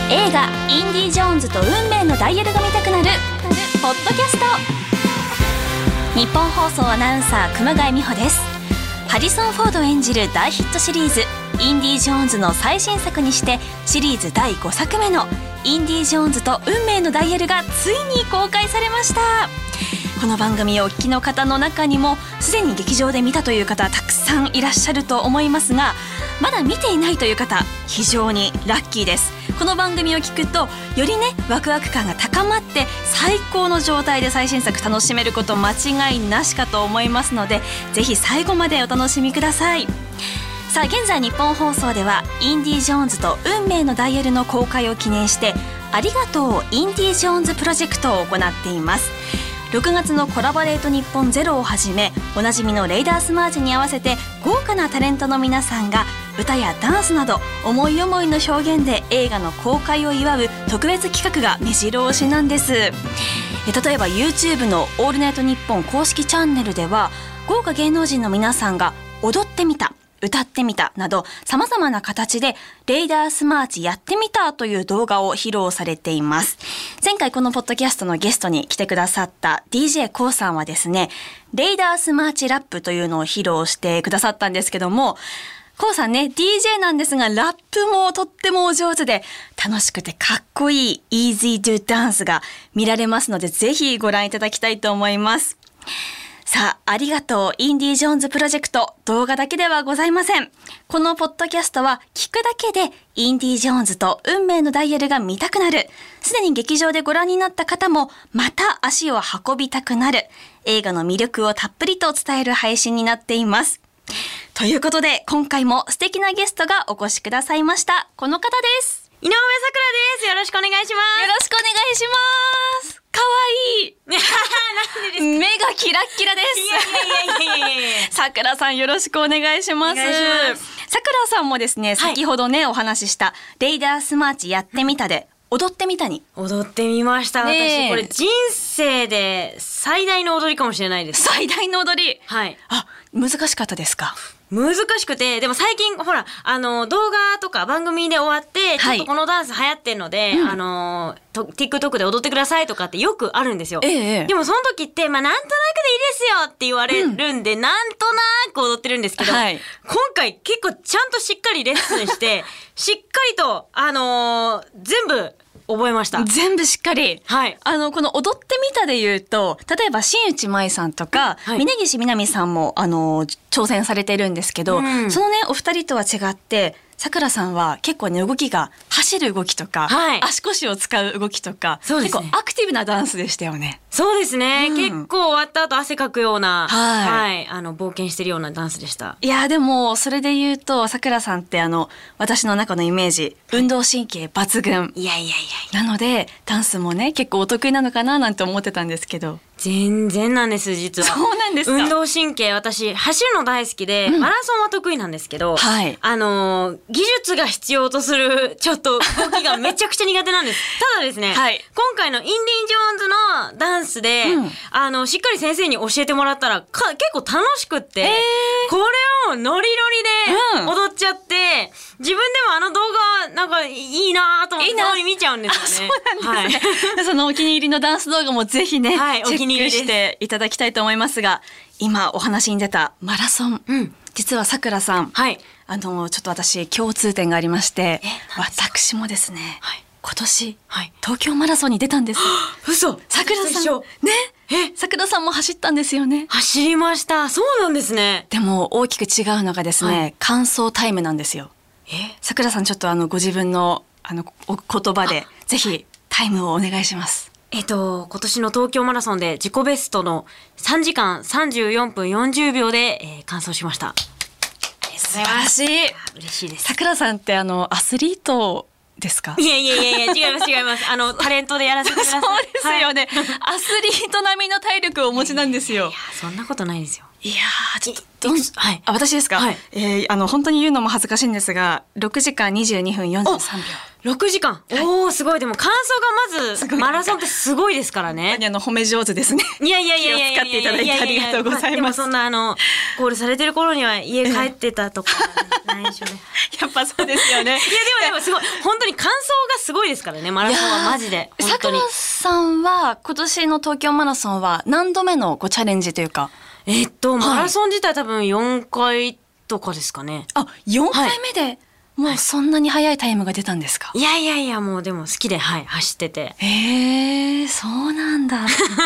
映画インディ・ジョーンズと運命のダイヤルが見たくなるポッドキャスト。日本放送アナウンサー熊谷美穂です。ハリソン・フォード演じる大ヒットシリーズインディ・ジョーンズの最新作にしてシリーズ第5作目のインディ・ジョーンズと運命のダイヤルがついに公開されました。この番組をお聞きの方の中にもすでに劇場で見たという方たくさんいらっしゃると思いますが、まだ見ていないという方非常にラッキーです。この番組を聞くとよりねワクワク感が高まって最高の状態で最新作楽しめること間違いなしかと思いますので、ぜひ最後までお楽しみください。さあ現在日本放送ではインディ・ジョーンズと運命のダイヤルの公開を記念してありがとうインディ・ジョーンズプロジェクトを行っています。6月のコラボレート日本ゼロをはじめおなじみのレイダースマーチに合わせて豪華なタレントの皆さんが歌やダンスなど思い思いの表現で映画の公開を祝う特別企画が目白押しなんです。例えば YouTube のオールナイトニッポン公式チャンネルでは豪華芸能人の皆さんが踊ってみた歌ってみたなど様々な形でレイダースマーチやってみたという動画を披露されています。前回このポッドキャストのゲストに来てくださった DJ コウさんはですね、レイダースマーチラップというのを披露してくださったんですけども、コウさんね DJ なんですがラップもとってもお上手で楽しくてかっこいい Easy to Dance が見られますのでぜひご覧いただきたいと思います。さあ、ありがとうインディ・ジョーンズプロジェクト、動画だけではございません。このポッドキャストは聞くだけでインディ・ジョーンズと運命のダイヤルが見たくなる、すでに劇場でご覧になった方もまた足を運びたくなる映画の魅力をたっぷりと伝える配信になっています。ということで今回も素敵なゲストがお越しくださいました。この方です。 井上咲楽です。よろしくお願いします。 よろしくお願いします。かわいいなんでですか。 目がキラッキラです。 いやさくらさんよろしくお願いします。さくらさんもですね、先ほどね、お話ししたレイダースマーチやってみたで踊ってみたに踊ってみました。 ね、 私これ人生で最大の踊りかもしれないです。 最大の踊り。 はい。 あ、難しかったですか。 難しくて、でも最近ほら動画とか番組で終わって、ちょっとこのダンス流行ってるので、TikTok で踊ってくださいとかってよくあるんですよ。でもその時ってなんとなくでいいですよって言われるんで、なんとなく踊ってるんですけど、今回結構ちゃんとしっかりレッスンしてしっかりと全部覚えました。 全部しっかり。 はい。 この踊ってみたで言うと、例えば新内舞さんとか、峯岸みなみさんも挑戦されてるんですけど、そのねお二人とは違ってさくらさんは結構ね動きが走る動きとか、足腰を使う動きとか、結構アクティブなダンスでしたよね。 そうですね、結構終わった後汗かくような、冒険してるようなダンスでした。 いやでもそれで言うとさくらさんって私の中のイメージ、運動神経抜群。 いやなのでダンスもね結構お得意なのかななんて思ってたんですけど。 全然なんです実は。 そうなんですか。 運動神経、私走るの大好きで、マラソンは得意なんですけど、技術が必要とするちょっと動きがめちゃくちゃ苦手なんです。ただですね、今回のインディ・ジョーンズのダンスで、しっかり先生に教えてもらったら結構楽しくって、これをノリノリで踊っちゃって、自分でも動画なんかいいなと思ってたまに見ちゃうんですよね。 そうなんですね。そのお気に入りのダンス動画もぜひね、 お気に入りしていただきたいと思いますが、今お話に出たマラソン、実はさくらさん、ちょっと私共通点がありまして、私もですね、今年、東京マラソンに出たんです。 嘘。 さくらさんね、さくらさんも走ったんですよね。 走りました。そうなんですね。 でも大きく違うのがですね、完走タイムなんですよ。さくらさんちょっとご自分のお言葉でぜひタイムをお願いします。 今年の東京マラソンで自己ベストの3時間34分40秒で、完走しました。 素晴らしい。 嬉しいです。 さくらさんってアスリートですか？ いや違いますタレントでやらせてください。 そうですよね、アスリート並みの体力をお持ちなんですよ。 そんなことないですよ。 いやちょっとはい、私ですか、はい、本当に言うのも恥ずかしいんですが、6時間22分43秒。 6時間、はい、おーすごい。でも感想がまずマラソンってすごいですからね。 褒め上手ですね。 いやいやいやいやいや気を使っていただいてありがとうございます。 でもそんなゴールされてる頃には家帰ってたとかないでしょうね。 やっぱそうですよね。いやでもすごい本当に感想がすごいですからね、マラソンはマジで。 さくらさんは今年の東京マラソンは何度目のチャレンジというか。 マラソン自体多分4回とかですかね。 あ、4回目で、はい、もうそんなに速いタイムが出たんですか？ いやいやいや、もうでも好きで、はい、走ってて。 そうなんだ。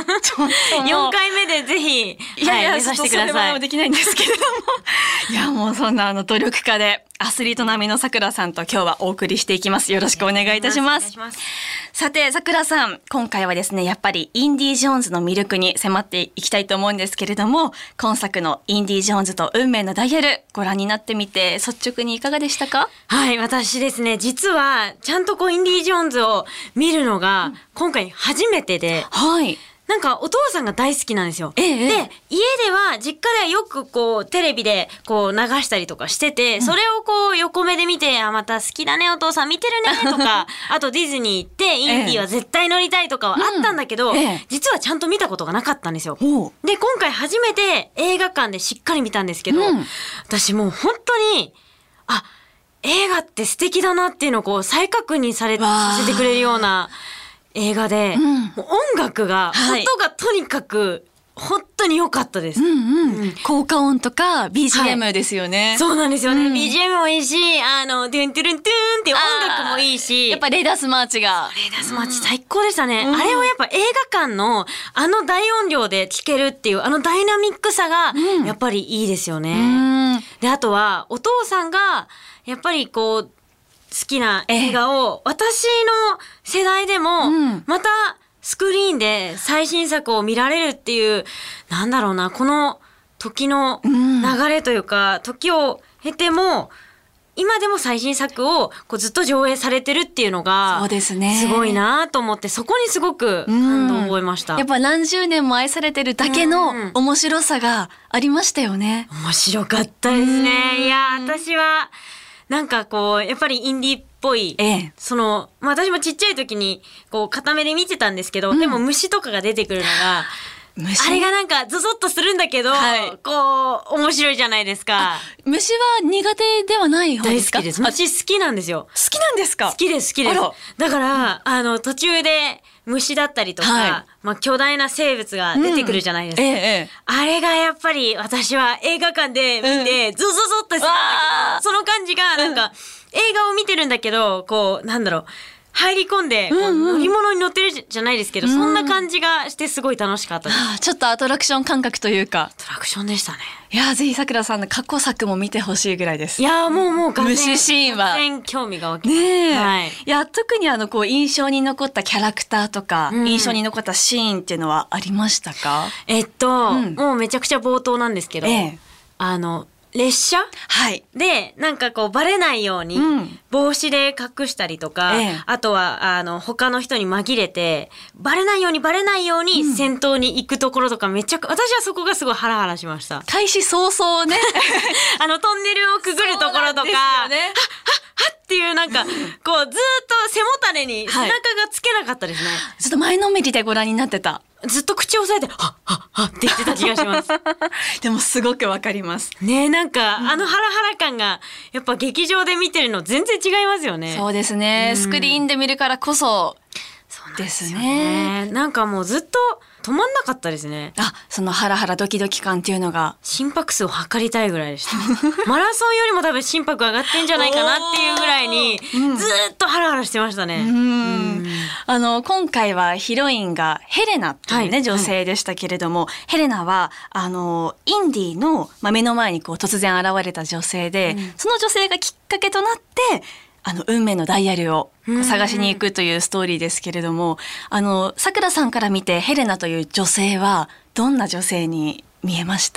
4回目でぜひ、目指してください。 それはできないんですけれども。いや、もうそんな努力家でアスリート並みのさくらさんと今日はお送りしていきます。よろしくお願いいたします。さて、さくらさん、今回はですね、やっぱりインディ・ジョーンズの魅力に迫っていきたいと思うんですけれども、今作のインディ・ジョーンズと運命のダイヤル、ご覧になってみて率直にいかがでしたか？ はい、私ですね、実はちゃんとインディ・ジョーンズを見るのが今回初めてで、 はい。 なんかお父さんが大好きなんですよ。で、家では実家ではよくテレビで流したりとかしてて、それを横目で見て、また好きだねお父さん見てるねとか、あとディズニー行ってインディは絶対乗りたいとかはあったんだけど、実はちゃんと見たことがなかったんですよ。で、今回初めて映画館でしっかり見たんですけど、私もう本当に映画って素敵だなっていうのを再確認させてくれるような映画で、もう音楽が、音がとにかく本当に良かったです。 効果音とか BGM ですよね。 そうなんですよね。BGM もいいし、ドゥントゥルントゥーンっていう音楽もいいし、 やっぱレーダースマーチが。 レーダースマーチ最高でしたね。あれをやっぱ映画館の大音量で聴けるっていうダイナミックさがやっぱりいいですよね。で、あとはお父さんがやっぱり好きな映画を私の世代でもまたスクリーンで最新作を見られるっていう、なんだろうな、この時の流れというか、時を経ても今でも最新作をずっと上映されてるっていうのがそうですね、 すごいなと思って、そこにすごく感動を覚えました。 やっぱ何十年も愛されてるだけの面白さがありましたよね。 面白かったですね。いや、私はなんかやっぱりインディっぽい、私もちっちゃい時に片目で見てたんですけど、でも虫とかが出てくるのが、あれがなんかゾゾッとするんだけど、面白いじゃないですか。 虫は苦手ではない方ですか？ 大好きです。虫好きなんですよ。 好きなんですか？ 好きです、好きです。だから、途中で虫だったりとか、巨大な生物が出てくるじゃないですか。あれがやっぱり私は映画館で見て、ゾゾゾッとするんだけど、その感じがなんか、映画を見てるんだけど、なんだろう、入り込んで乗り物に乗ってるじゃないですけど、そんな感じがしてすごい楽しかったです。 ちょっとアトラクション感覚というか。 アトラクションでしたね。 いや、ぜひさくらさんの過去作も見てほしいぐらいです。 いや、もう虫シーンは全然興味が湧きます。 ねえ、いや、特に印象に残ったキャラクターとか、印象に残ったシーンっていうのはありましたか？ もうめちゃくちゃ冒頭なんですけど、列車、でなんかバレないように帽子で隠したりとか、あとは他の人に紛れてバレないように先頭に行くところとか、私はそこがすごいハラハラしました。 開始早々ねトンネルをくぐるところとか、はっっていうなんかずっと背もたれに背中がつけなかったですね。 ちょっと前のめりでご覧になってた。 ずっと口を押さえて、はっって言ってた気がします。 でもすごくわかります。 ねえ、なんか、ハラハラ感が、やっぱ劇場で見てるの全然違いますよね。 そうですね。スクリーンで見るからこそですね。 なんかもうずっと止まんなかったですね。 そのハラハラドキドキ感っていうのが。 心拍数を測りたいぐらいでした。マラソンよりも多分心拍上がってんじゃないかなっていうぐらいに、ずっとハラハラしてましたね。 今回はヒロインがヘレナというね、女性でしたけれども、ヘレナはインディの、目の前に突然現れた女性で、その女性がきっかけとなって運命のダイヤルを探しに行くというストーリーですけれども、さくらさんから見てヘレナという女性はどんな女性に見えました？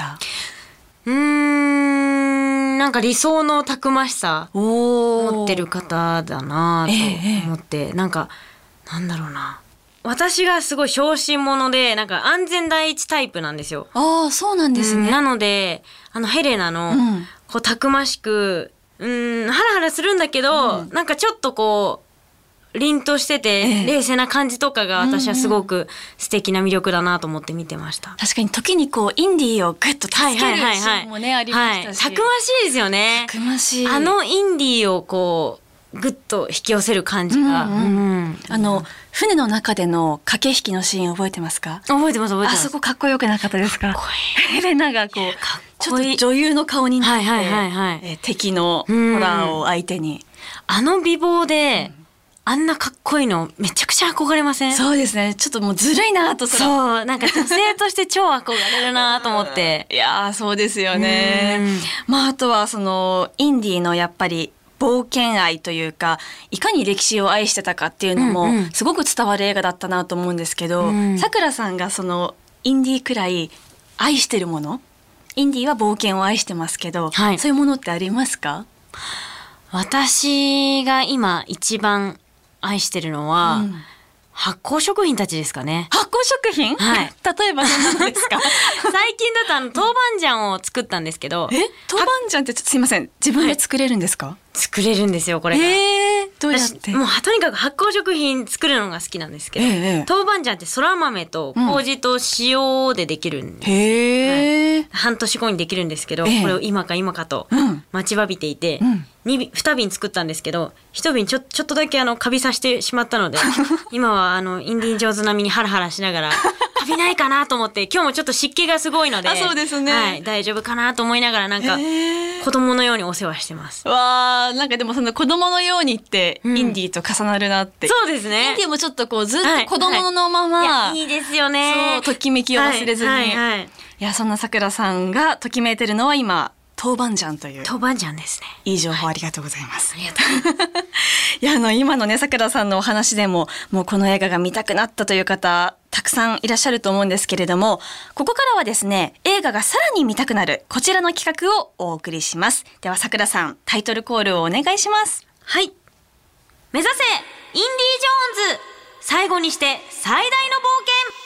なんか理想のたくましさ持ってる方だなと思って、なんかなんだろうな、 私がすごい小心者で、なんか安全第一タイプなんですよ。 ああ、そうなんですね。 なので、ヘレナの、こう、たくましく、ハラハラするんだけど、なんかちょっとこう、凛としてて、冷静な感じとかが私はすごく素敵な魅力だなと思って見てました。 確かに時にこう、インディーをグッと助けるシーンもね、ありましたし。 たくましいですよね。 たくましい。 インディーをこう、ぐっと引き寄せる感じが、 船の中での駆け引きのシーン覚えてますか？ 覚えてます。 あそこかっこよくなかったですか？ かっこいい。 ヘレナがこうちょっと女優の顔になって、敵のホラーを相手に、 美貌で、あんなかっこいいのめちゃくちゃ憧れません？ そうですね。ちょっともうずるいなと。 そう、なんか女性として超憧れるなと思って。 いやー、そうですよね。まああとはそのインディーのやっぱり冒険愛というか、いかに歴史を愛してたかっていうのもすごく伝わる映画だったなと思うんですけど、さくらさんがそのインディーくらい愛してるもの、インディーは冒険を愛してますけど、そういうものってありますか？ 私が今一番愛してるのは、発酵食品たちですかね。 発酵食品？はい。例えばどんなのですか？ 最近だと豆板醤を作ったんですけど。 豆板醤ってすいません。自分で作れるんですか？ 作れるんですよ、これが。 どうやって？ もうとにかく発酵食品作るのが好きなんですけど、豆板醤ってそら豆と麹と塩でできるんです。半年後にできるんですけど、これを今かと待ちわびていて、2瓶作ったんですけど、1瓶ちょっとだけカビさせてしまったので、今はインディ・ジョーンズ並みにハラハラしながら、カビないかなと思って、今日もちょっと湿気がすごいので、 そうですね。 はい、大丈夫かなと思いながら、なんか子供のようにお世話してます。 わー、なんかでもその子供のようにってインディーと重なるなって。 そうですね。 インディーもちょっとこうずっと子供のまま、 いいですよね。 そう、ときめきを忘れずに。いや、そんなさくらさんがときめいてるのは今、豆板醤という。 豆板醤ですね。 いい情報ありがとうございます。 ありがとう。 いや、今のね、さくらさんのお話でも、もうこの映画が見たくなったという方、たくさんいらっしゃると思うんですけれども、ここからはですね、映画がさらに見たくなる、こちらの企画をお送りします。では、さくらさん、タイトルコールをお願いします。 はい。目指せ、インディ・ジョーンズ、最後にして最大の冒険。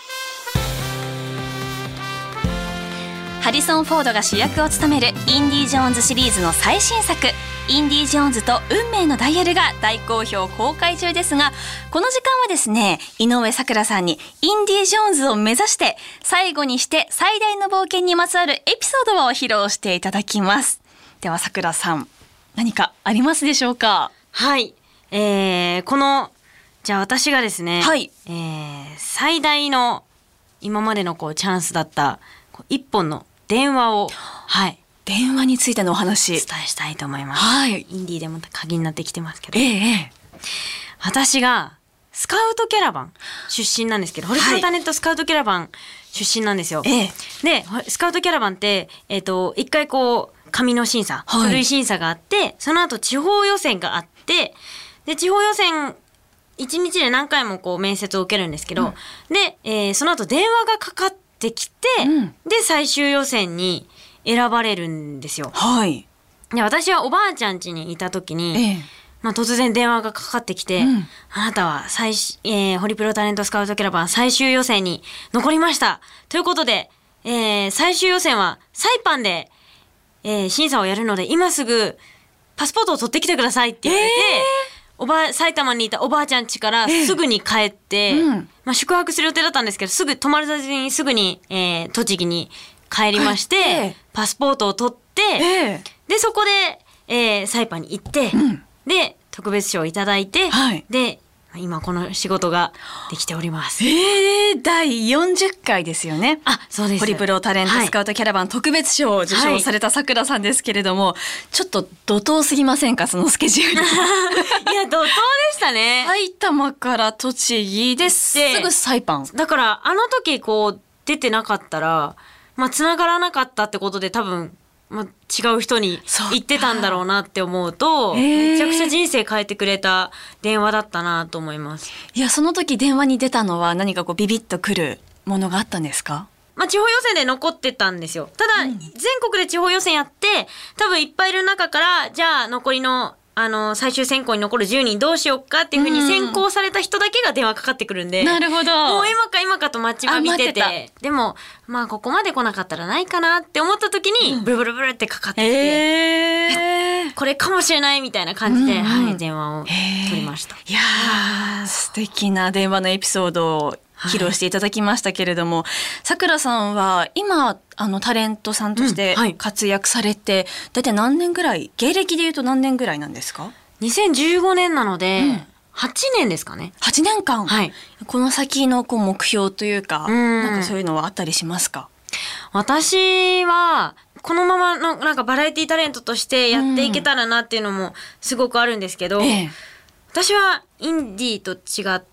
ハリソン・フォードが主役を務めるインディ・ジョーンズシリーズの最新作、インディ・ジョーンズと運命のダイヤルが大好評公開中ですが、この時間はですね、井上咲楽さんにインディ・ジョーンズを目指して最後にして最大の冒険にまつわるエピソードを披露していただきます。では咲楽さん、何かありますでしょうか？ はい、じゃあ私がですね、最大の今までのチャンスだった一本の電話を、 電話についてのお話お伝えしたいと思います。インディーでも鍵になってきてますけど、私がスカウトキャラバン出身なんですけど、ホリプロタレントスカウトキャラバン出身なんですよ。で、スカウトキャラバンって一回紙の審査、書類審査があって、その後地方予選があって、で地方予選1日で何回も面接を受けるんですけど、で、その後電話がかかってきて、で最終予選に選ばれるんですよ。で私はおばあちゃん家にいた時に、突然電話がかかってきて、あなたはホリプロタレントスカウトキャラバン最終予選に残りましたということで、最終予選はサイパンで、審査をやるので今すぐパスポートを取ってきてくださいって言われて、埼玉にいたおばあちゃん家からすぐに帰って、宿泊する予定だったんですけど、すぐ泊まらずにすぐに、栃木に帰りまして、パスポートを取って、でそこで、サイパンに行って、で特別賞をいただいて、で今この仕事ができております。 第40回ですよね。 そうです。 ホリプロタレントスカウトキャラバン特別賞を受賞されたさくらさんですけれども、ちょっと怒涛すぎませんか、そのスケジュール。 いや怒涛でしたね。 埼玉から栃木ですぐサイパン。 だから時出てなかったら、繋がらなかったってことで多分。違う人に言ってたんだろうなって思うと、めちゃくちゃ人生変えてくれた電話だったなと思います。 いや、その時電話に出たのは何かビビッとくるものがあったんですか？ 地方予選で残ってたんですよ。ただ、全国で地方予選やって多分いっぱいいる中から、じゃあ残りの最終選考に残る10人どうしようかっていう風に選考された人だけが電話かかってくるんで、 なるほど、 もう今かと待ちわびてて、でもまあここまで来なかったらないかなって思った時にブルブルブルってかかってきて、これかもしれないみたいな感じで、はい、電話を取りました。 いやー、素敵な電話のエピソードを披露していただきましたけれども、さくらさんは今タレントさんとして活躍されて、だいたい何年ぐらい、芸歴でいうと何年ぐらいなんですか ？2015年なので、8年ですかね。 8年間、はい、この先の目標というか、なんかそういうのはあったりしますか？ 私はこのままのなんかバラエティタレントとしてやっていけたらなっていうのもすごくあるんですけど、私はインディーと違って、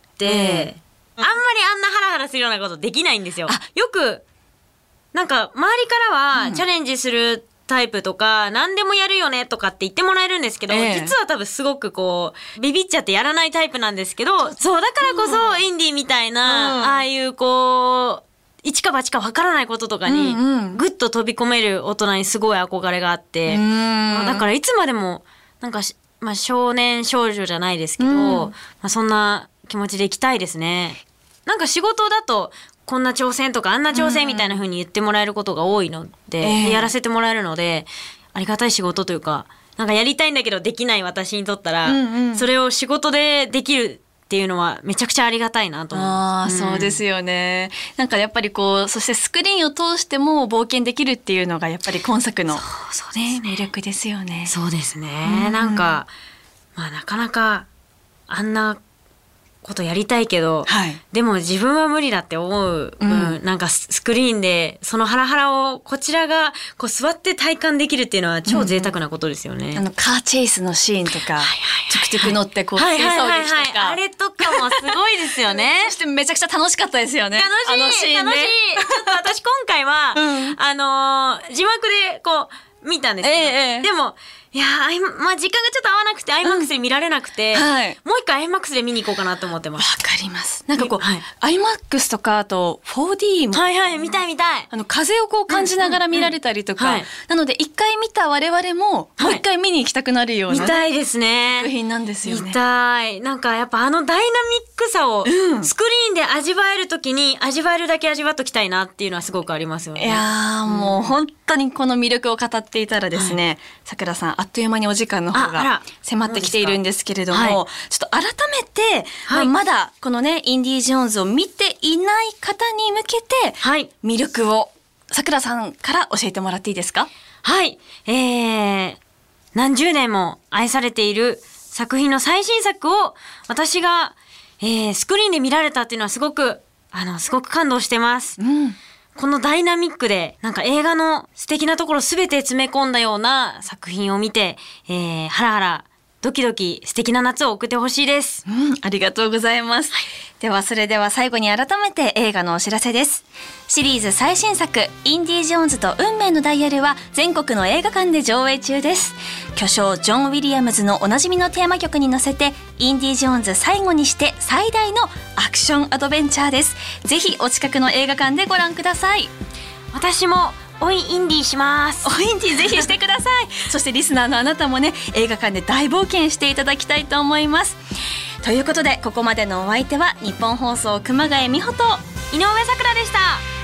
あんまりあんなハラハラするようなことできないんですよ。よくなんか周りからはチャレンジするタイプとか、何でもやるよねとかって言ってもらえるんですけど、実は多分すごくこうビビっちゃってやらないタイプなんですけど、そうだからこそインディーみたいな、ああいうこう一か八か分からないこととかにぐっと飛び込める大人にすごい憧れがあって、だからいつまでもなんかまあ、少年少女じゃないですけど、まあ、そんな気持ちでいきたいですね。なんか仕事だとこんな挑戦とかあんな挑戦みたいな風に言ってもらえることが多いので、やらせてもらえるのでありがたい仕事というか、なんかやりたいんだけどできない私にとったら、それを仕事でできるっていうのはめちゃくちゃありがたいなと思います。 そうですよね。なんかやっぱりこう、そしてスクリーンを通しても冒険できるっていうのがやっぱり今作の魅力ですよね。 そうですね。なんかまあなかなかあんなことやりたいけど、でも自分は無理だって思う、なんかスクリーンでそのハラハラをこちらがこう座って体感できるっていうのは超贅沢なことですよね。 カーチェイスのシーンとか、トゥクトゥク乗ってこう追走劇とか、 あれとかもすごいですよね。 そしてめちゃくちゃ楽しかったですよね。 楽しい、楽しい。ちょっと私今回は、字幕でこう見たんですけど、でもいやまあ時間がちょっと合わなくて IMAX で見られなくて、もう一回 IMAX で見に行こうかなと思ってます。 わかります。なんかこう、IMAX とかあと 4D も、 見たい風をこう感じながら見られたりとか、なので一回見た我々ももう一回見に行きたくなるような、 見たいですね。 作品なんですよね。 見たい。なんかやっぱダイナミックさをスクリーンで味わえるときに味わえるだけ味わっときたいなっていうのはすごくありますよね。 いやもう本当にこの魅力を語っていたらですね、さくらさんあっという間にお時間の方が迫ってきているんですけれども、ちょっと改めて、まだこのねインディ・ジョーンズを見ていない方に向けて、魅力をさくらさんから教えてもらっていいですか？ はい、何十年も愛されている作品の最新作を私が、スクリーンで見られたっていうのはすごく感動してます。このダイナミックでなんか映画の素敵なところすべて詰め込んだような作品を見て、ハラハラドキドキ素敵な夏を送ってほしいです。 ありがとうございます。ではそれでは最後に改めて映画のお知らせです。シリーズ最新作インディ・ジョーンズと運命のダイヤルは全国の映画館で上映中です。巨匠ジョン・ウィリアムズのおなじみのテーマ曲に乗せてインディ・ジョーンズ最後にして最大のアクションアドベンチャーです。ぜひお近くの映画館でご覧ください。 私もおインディします。 おインディぜひしてください。そしてリスナーのあなたもね、映画館で大冒険していただきたいと思います。ということでここまでのお相手は日本放送熊谷美穂と井上咲楽でした。